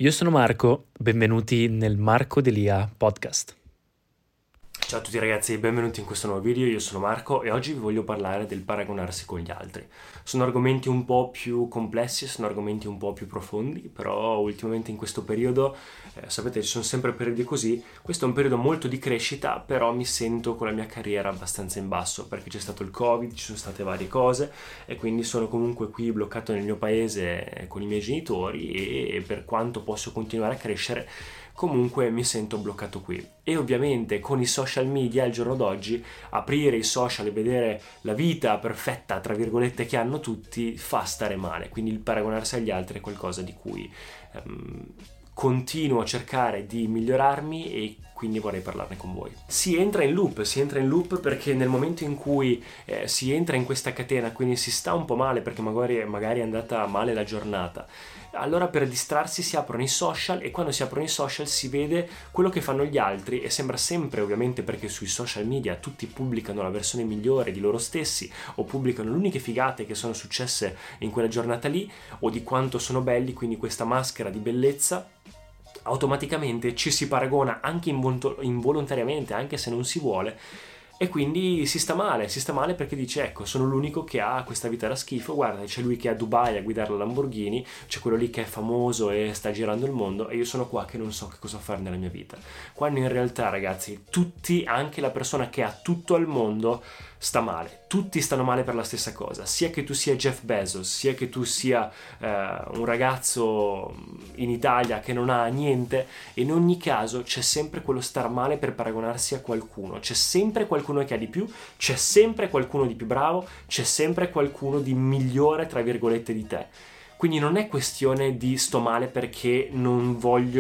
Io sono Marco, benvenuti nel Marco Delia podcast. Ciao a tutti ragazzi, benvenuti in questo nuovo video. Io sono Marco e oggi vi voglio parlare del paragonarsi con gli altri. Sono argomenti un po' più complessi, sono argomenti un po' più profondi, però ultimamente in questo periodo, sapete, ci sono sempre periodi così. Questo è un periodo molto di crescita, però mi sento con la mia carriera abbastanza in basso perché c'è stato il Covid, ci sono state varie cose e quindi sono comunque qui bloccato nel mio paese con i miei genitori e per quanto posso continuare a crescere, comunque mi sento bloccato qui. E ovviamente con i social media al giorno d'oggi aprire i social e vedere la vita perfetta tra virgolette che hanno tutti fa stare male, quindi il paragonarsi agli altri è qualcosa di cui continuo a cercare di migliorarmi e quindi vorrei parlarne con voi. Si entra in loop perché nel momento in cui si entra in questa catena, quindi si sta un po' male perché magari è andata male la giornata, allora per distrarsi si aprono i social e quando si aprono i social si vede quello che fanno gli altri e sembra sempre, ovviamente perché sui social media tutti pubblicano la versione migliore di loro stessi o pubblicano le uniche figate che sono successe in quella giornata lì o di quanto sono belli, quindi questa maschera di bellezza automaticamente ci si paragona anche involontariamente, anche se non si vuole, e quindi si sta male perché dice ecco sono l'unico che ha questa vita da schifo, guarda c'è lui che è a Dubai a guidare la Lamborghini, c'è quello lì che è famoso e sta girando il mondo e io sono qua che non so che cosa fare nella mia vita, quando in realtà ragazzi tutti, anche la persona che ha tutto al mondo sta male, tutti stanno male per la stessa cosa, sia che tu sia Jeff Bezos, sia che tu sia un ragazzo in Italia che non ha niente, in ogni caso c'è sempre quello star male per paragonarsi a qualcuno, c'è sempre qualcuno che ha di più, c'è sempre qualcuno di più bravo, c'è sempre qualcuno di migliore tra virgolette di te. Quindi non è questione di sto male perché non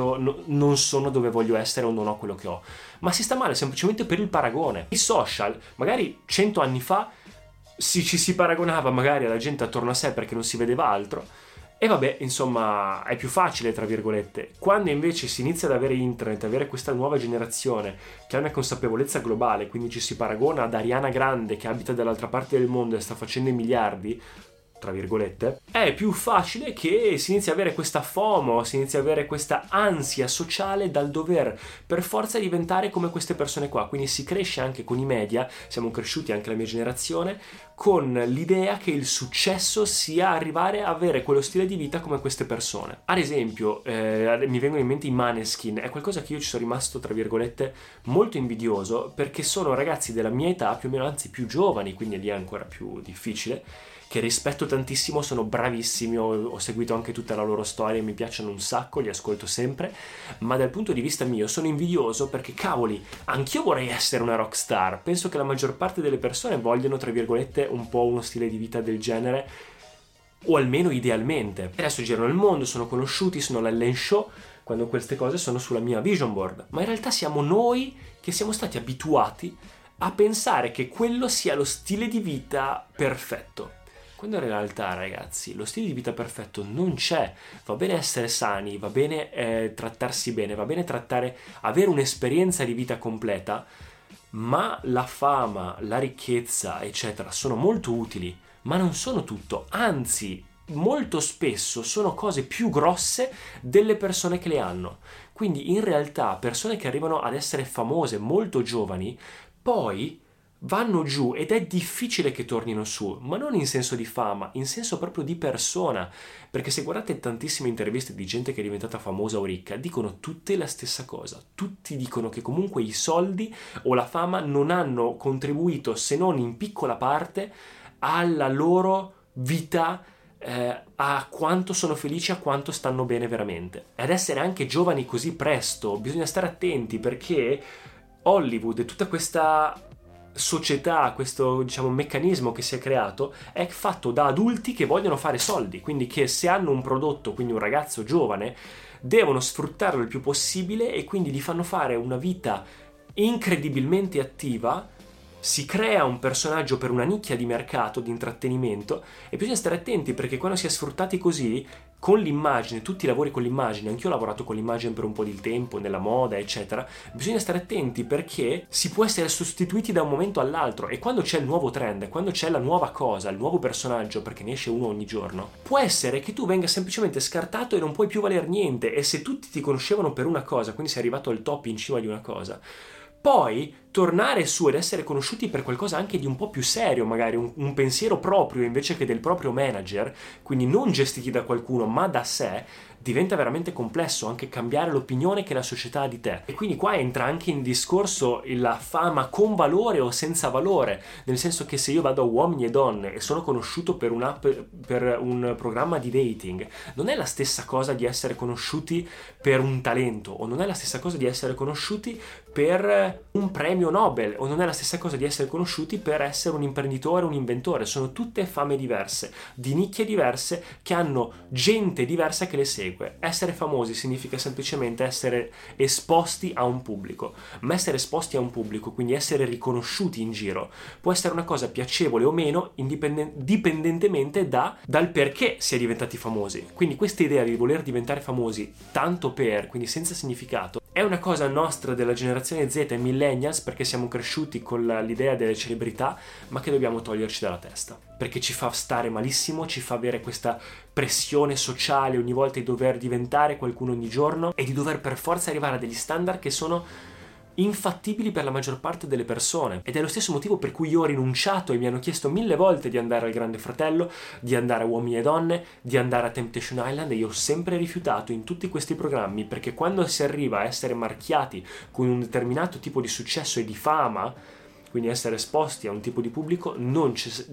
sono dove voglio essere o non ho quello che ho, ma si sta male semplicemente per il paragone. I social, magari 100 anni fa ci si paragonava magari alla gente attorno a sé perché non si vedeva altro e vabbè, insomma, è più facile tra virgolette. Quando invece si inizia ad avere internet, avere questa nuova generazione che ha una consapevolezza globale, quindi ci si paragona ad Ariana Grande che abita dall'altra parte del mondo e sta facendo i miliardi, tra virgolette, è più facile che si inizi a avere questa FOMO, si inizi a avere questa ansia sociale dal dover per forza diventare come queste persone qua. Quindi si cresce anche con i media, siamo cresciuti anche la mia generazione con l'idea che il successo sia arrivare a avere quello stile di vita come queste persone. Ad esempio mi vengono in mente i Maneskin, è qualcosa che io ci sono rimasto tra virgolette molto invidioso perché sono ragazzi della mia età, più o meno, anzi più giovani, quindi lì è ancora più difficile, che rispetto tantissimo, sono bravissimi, ho seguito anche tutta la loro storia, mi piacciono un sacco, li ascolto sempre, ma dal punto di vista mio sono invidioso perché cavoli, anch'io vorrei essere una rockstar, penso che la maggior parte delle persone vogliono tra virgolette un po' uno stile di vita del genere, o almeno idealmente. Adesso girano il mondo, sono conosciuti, sono all'Ellen Show, quando queste cose sono sulla mia vision board, ma in realtà siamo noi che siamo stati abituati a pensare che quello sia lo stile di vita perfetto. Quando in realtà, ragazzi, lo stile di vita perfetto non c'è. Va bene essere sani, va bene trattarsi bene, va bene avere un'esperienza di vita completa, ma la fama, la ricchezza, eccetera, sono molto utili, ma non sono tutto. Anzi, molto spesso sono cose più grosse delle persone che le hanno. Quindi, in realtà, persone che arrivano ad essere famose molto giovani, poi vanno giù ed è difficile che tornino su, ma non in senso di fama, in senso proprio di persona, perché se guardate tantissime interviste di gente che è diventata famosa o ricca, dicono tutte la stessa cosa, tutti dicono che comunque i soldi o la fama non hanno contribuito, se non in piccola parte, alla loro vita, a quanto sono felici, a quanto stanno bene veramente. Ad essere anche giovani così presto bisogna stare attenti perché Hollywood e tutta questa società, questo diciamo meccanismo che si è creato è fatto da adulti che vogliono fare soldi, quindi che se hanno un prodotto, quindi un ragazzo giovane, devono sfruttarlo il più possibile e quindi gli fanno fare una vita incredibilmente attiva, si crea un personaggio per una nicchia di mercato, di intrattenimento, e bisogna stare attenti perché quando si è sfruttati così con l'immagine, tutti i lavori con l'immagine, anch'io ho lavorato con l'immagine per un po' di tempo, nella moda, eccetera, bisogna stare attenti perché si può essere sostituiti da un momento all'altro, e quando c'è il nuovo trend, quando c'è la nuova cosa, il nuovo personaggio, perché ne esce uno ogni giorno, può essere che tu venga semplicemente scartato e non puoi più valer niente, e se tutti ti conoscevano per una cosa, quindi sei arrivato al top in cima di una cosa, poi tornare su ed essere conosciuti per qualcosa anche di un po' più serio, magari un pensiero proprio invece che del proprio manager, quindi non gestiti da qualcuno ma da sé, diventa veramente complesso anche cambiare l'opinione che la società ha di te. E quindi qua entra anche in discorso la fama con valore o senza valore, nel senso che se io vado a Uomini e Donne e sono conosciuto per un'app, per un programma di dating, non è la stessa cosa di essere conosciuti per un talento, o non è la stessa cosa di essere conosciuti per un premio Nobel, o non è la stessa cosa di essere conosciuti per essere un imprenditore, un inventore. Sono tutte fame diverse, di nicchie diverse, che hanno gente diversa che le segue. Essere famosi significa semplicemente essere esposti a un pubblico, ma essere esposti a un pubblico, quindi essere riconosciuti in giro, può essere una cosa piacevole o meno dipendentemente dal perché si è diventati famosi. Quindi questa idea di voler diventare famosi tanto per, quindi senza significato, è una cosa nostra della generazione Z e millennials, perché siamo cresciuti con l'idea delle celebrità, ma che dobbiamo toglierci dalla testa, perché ci fa stare malissimo, ci fa avere questa pressione sociale ogni volta di dover diventare qualcuno ogni giorno e di dover per forza arrivare a degli standard che sono infattibili per la maggior parte delle persone. Ed è lo stesso motivo per cui io ho rinunciato, e mi hanno chiesto 1000 volte di andare al Grande Fratello, di andare a Uomini e Donne, di andare a Temptation Island, e io ho sempre rifiutato in tutti questi programmi, perché quando si arriva a essere marchiati con un determinato tipo di successo e di fama, quindi essere esposti a un tipo di pubblico, non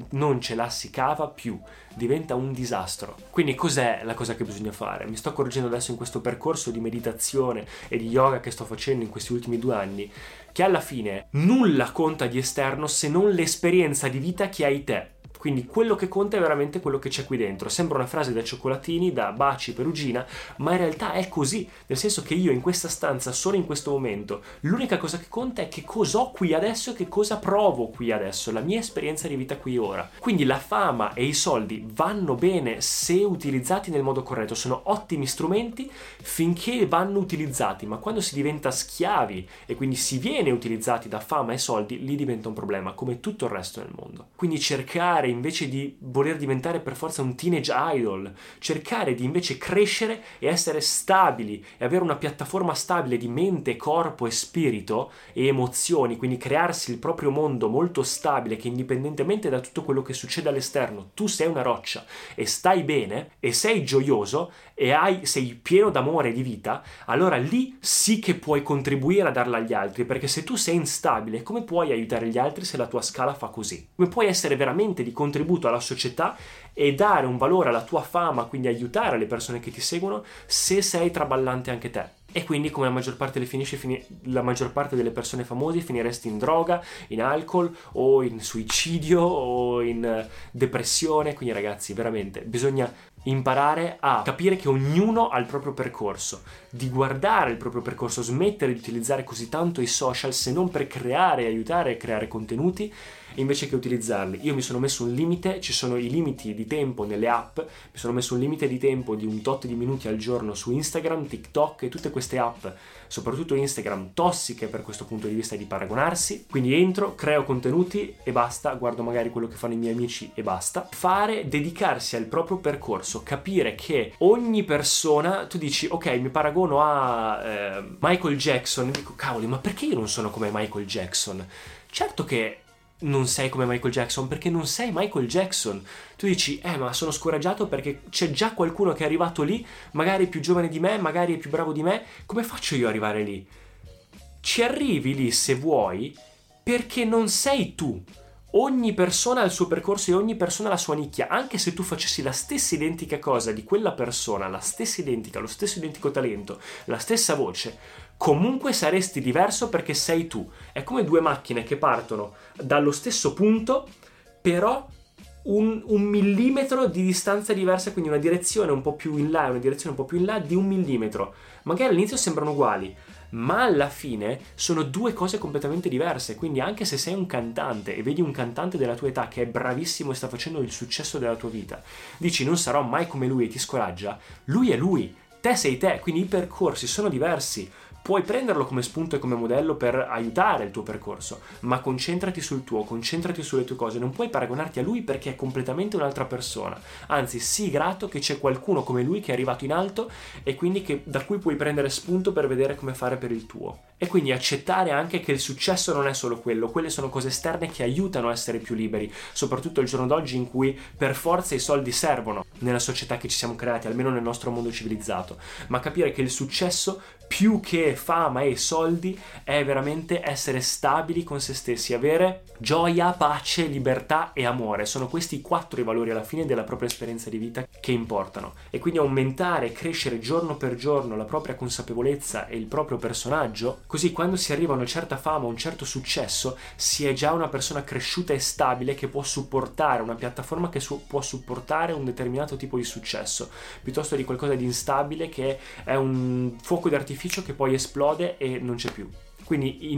ce la si cava più, diventa un disastro. Quindi cos'è la cosa che bisogna fare? Mi sto accorgendo adesso in questo percorso di meditazione e di yoga che sto facendo in questi ultimi 2 anni, che alla fine nulla conta di esterno se non l'esperienza di vita che hai te. Quindi quello che conta è veramente quello che c'è qui dentro. Sembra una frase da cioccolatini, da baci perugina, ma in realtà è così, nel senso che io in questa stanza, solo in questo momento, l'unica cosa che conta è che cosa ho qui adesso e che cosa provo qui adesso, la mia esperienza di vita qui ora. Quindi la fama e i soldi vanno bene se utilizzati nel modo corretto, sono ottimi strumenti finché vanno utilizzati, ma quando si diventa schiavi e quindi si viene utilizzati da fama e soldi, lì diventa un problema, come tutto il resto del mondo. Quindi cercare, invece di voler diventare per forza un teenage idol, cercare di invece crescere e essere stabili e avere una piattaforma stabile di mente, corpo e spirito e emozioni, quindi crearsi il proprio mondo molto stabile, che indipendentemente da tutto quello che succede all'esterno, tu sei una roccia e stai bene e sei gioioso e sei pieno d'amore e di vita, allora lì sì che puoi contribuire a darla agli altri, perché se tu sei instabile, come puoi aiutare gli altri se la tua scala fa così? Come puoi essere veramente di contributo alla società e dare un valore alla tua fama, quindi aiutare le persone che ti seguono, se sei traballante anche te? E quindi, come la maggior parte delle persone famose, finiresti in droga, in alcol o in suicidio o in depressione. Quindi ragazzi, veramente bisogna imparare a capire che ognuno ha il proprio percorso, di guardare il proprio percorso, smettere di utilizzare così tanto i social se non per creare e aiutare a creare contenuti, invece che utilizzarli. Io mi sono messo un limite, ci sono i limiti di tempo nelle app, mi sono messo un limite di tempo di un tot di minuti al giorno su Instagram, TikTok e tutte queste app, soprattutto Instagram, tossiche per questo punto di vista di paragonarsi. Quindi entro, creo contenuti e basta, guardo magari quello che fanno i miei amici e basta. Dedicarsi al proprio percorso, capire che ogni persona, tu dici ok, mi paragono a Michael Jackson, e dico cavoli, ma perché io non sono come Michael Jackson? Certo che non sei come Michael Jackson, perché non sei Michael Jackson. Tu dici ma sono scoraggiato perché c'è già qualcuno che è arrivato lì, magari è più giovane di me, magari è più bravo di me. Come faccio io ad arrivare lì? Ci arrivi lì se vuoi, perché non sei tu. Ogni persona ha il suo percorso e ogni persona ha la sua nicchia. Anche se tu facessi la stessa identica cosa di quella persona, la stessa identica, lo stesso identico talento, la stessa voce, comunque saresti diverso perché sei tu. È come 2 macchine che partono dallo stesso punto, però un millimetro di distanza diversa, quindi una direzione un po' più in là e una direzione un po' più in là di 1 millimetro. Magari all'inizio sembrano uguali, ma alla fine sono due cose completamente diverse. Quindi anche se sei un cantante e vedi un cantante della tua età che è bravissimo e sta facendo il successo della tua vita, dici non sarò mai come lui e ti scoraggia, lui è lui, te sei te, quindi i percorsi sono diversi. Puoi prenderlo come spunto e come modello per aiutare il tuo percorso, ma concentrati sul tuo, concentrati sulle tue cose. Non puoi paragonarti a lui perché è completamente un'altra persona. Anzi, sii grato che c'è qualcuno come lui che è arrivato in alto e quindi da cui puoi prendere spunto per vedere come fare per il tuo. E quindi accettare anche che il successo non è solo quello, quelle sono cose esterne che aiutano a essere più liberi, soprattutto il giorno d'oggi in cui per forza i soldi servono nella società che ci siamo creati, almeno nel nostro mondo civilizzato, ma capire che il successo più che fama e soldi è veramente essere stabili con se stessi, avere gioia, pace, libertà e amore. Sono questi 4 i valori alla fine della propria esperienza di vita che importano, e quindi aumentare e crescere giorno per giorno la propria consapevolezza e il proprio personaggio, così quando si arriva a una certa fama, a un certo successo, si è già una persona cresciuta e stabile che può supportare una piattaforma che può supportare un determinato tipo di successo, piuttosto di qualcosa di instabile che è un fuoco d'artificio che poi esplode e non c'è più. Quindi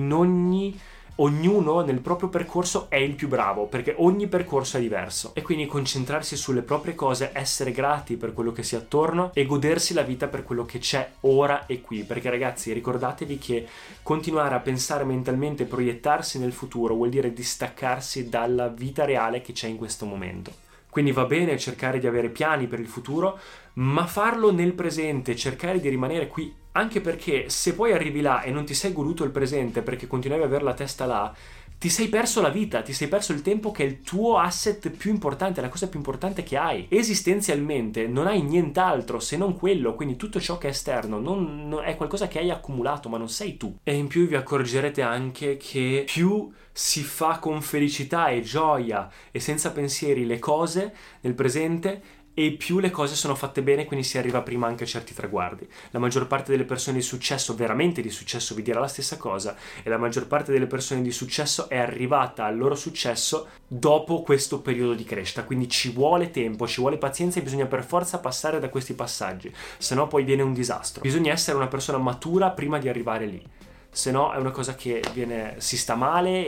ognuno nel proprio percorso è il più bravo, perché ogni percorso è diverso, e quindi concentrarsi sulle proprie cose, essere grati per quello che si è attorno e godersi la vita per quello che c'è ora e qui. Perché ragazzi, ricordatevi che continuare a pensare mentalmente e proiettarsi nel futuro vuol dire distaccarsi dalla vita reale che c'è in questo momento. Quindi va bene cercare di avere piani per il futuro, ma farlo nel presente, cercare di rimanere qui, anche perché se poi arrivi là e non ti sei goduto il presente perché continuavi ad avere la testa là, ti sei perso la vita, ti sei perso il tempo, che è il tuo asset più importante, la cosa più importante che hai. Esistenzialmente non hai nient'altro se non quello, quindi tutto ciò che è esterno non è qualcosa che hai accumulato, ma non sei tu. E in più vi accorgerete anche che più si fa con felicità e gioia e senza pensieri le cose nel presente, e più le cose sono fatte bene, quindi si arriva prima anche a certi traguardi. La maggior parte delle persone di successo, veramente di successo, vi dirà la stessa cosa, e la maggior parte delle persone di successo è arrivata al loro successo dopo questo periodo di crescita, quindi ci vuole tempo, ci vuole pazienza e bisogna per forza passare da questi passaggi, se no poi viene un disastro. Bisogna essere una persona matura prima di arrivare lì. Se no è una cosa che si sta male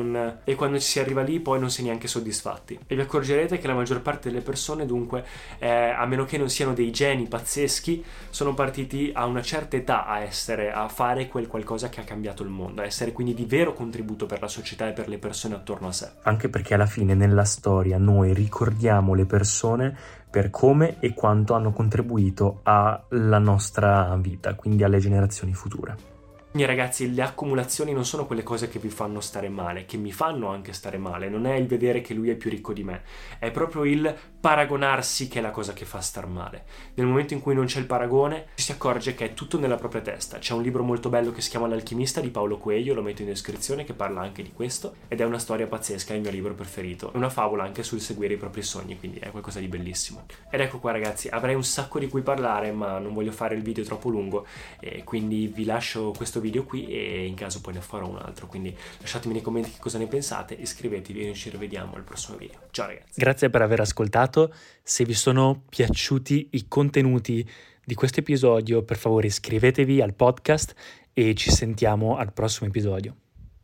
e quando ci si arriva lì poi non si è neanche soddisfatti. E vi accorgerete che la maggior parte delle persone, dunque, a meno che non siano dei geni pazzeschi, sono partiti a una certa età a fare quel qualcosa che ha cambiato il mondo, a essere quindi di vero contributo per la società e per le persone attorno a sé. Anche perché alla fine nella storia noi ricordiamo le persone per come e quanto hanno contribuito alla nostra vita, quindi alle generazioni future. Quindi ragazzi, le accumulazioni non sono quelle cose che vi fanno stare male, che mi fanno anche stare male, non è il vedere che lui è più ricco di me, è proprio il paragonarsi che è la cosa che fa star male. Nel momento in cui non c'è il paragone, ci si accorge che è tutto nella propria testa. C'è un libro molto bello che si chiama L'Alchimista di Paulo Coelho, lo metto in descrizione, che parla anche di questo, ed è una storia pazzesca, è il mio libro preferito. È una favola anche sul seguire i propri sogni, quindi è qualcosa di bellissimo. Ed ecco qua ragazzi, avrei un sacco di cui parlare, ma non voglio fare il video troppo lungo, e quindi vi lascio questo video qui e in caso poi ne farò un altro, quindi lasciatemi nei commenti che cosa ne pensate, iscrivetevi e noi ci rivediamo al prossimo video. Ciao ragazzi, grazie per aver ascoltato. Se vi sono piaciuti i contenuti di questo episodio, per favore iscrivetevi al podcast e ci sentiamo al prossimo episodio.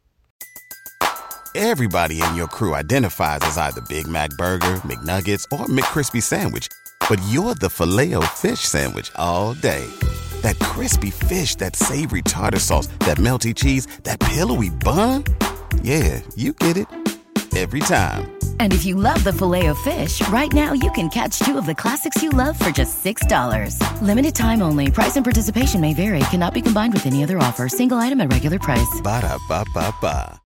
Everybody in your crew identifies as either Big Mac Burger, McNuggets or McCrispy Sandwich, but you're the Filet-O-Fish Sandwich all day. That crispy fish, that savory tartar sauce, that melty cheese, that pillowy bun. Yeah, you get it. Every time. And if you love the Filet-O-Fish, right now you can catch 2 of the classics you love for just $6. Limited time only. Price and participation may vary. Cannot be combined with any other offer. Single item at regular price. Ba-da-ba-ba-ba.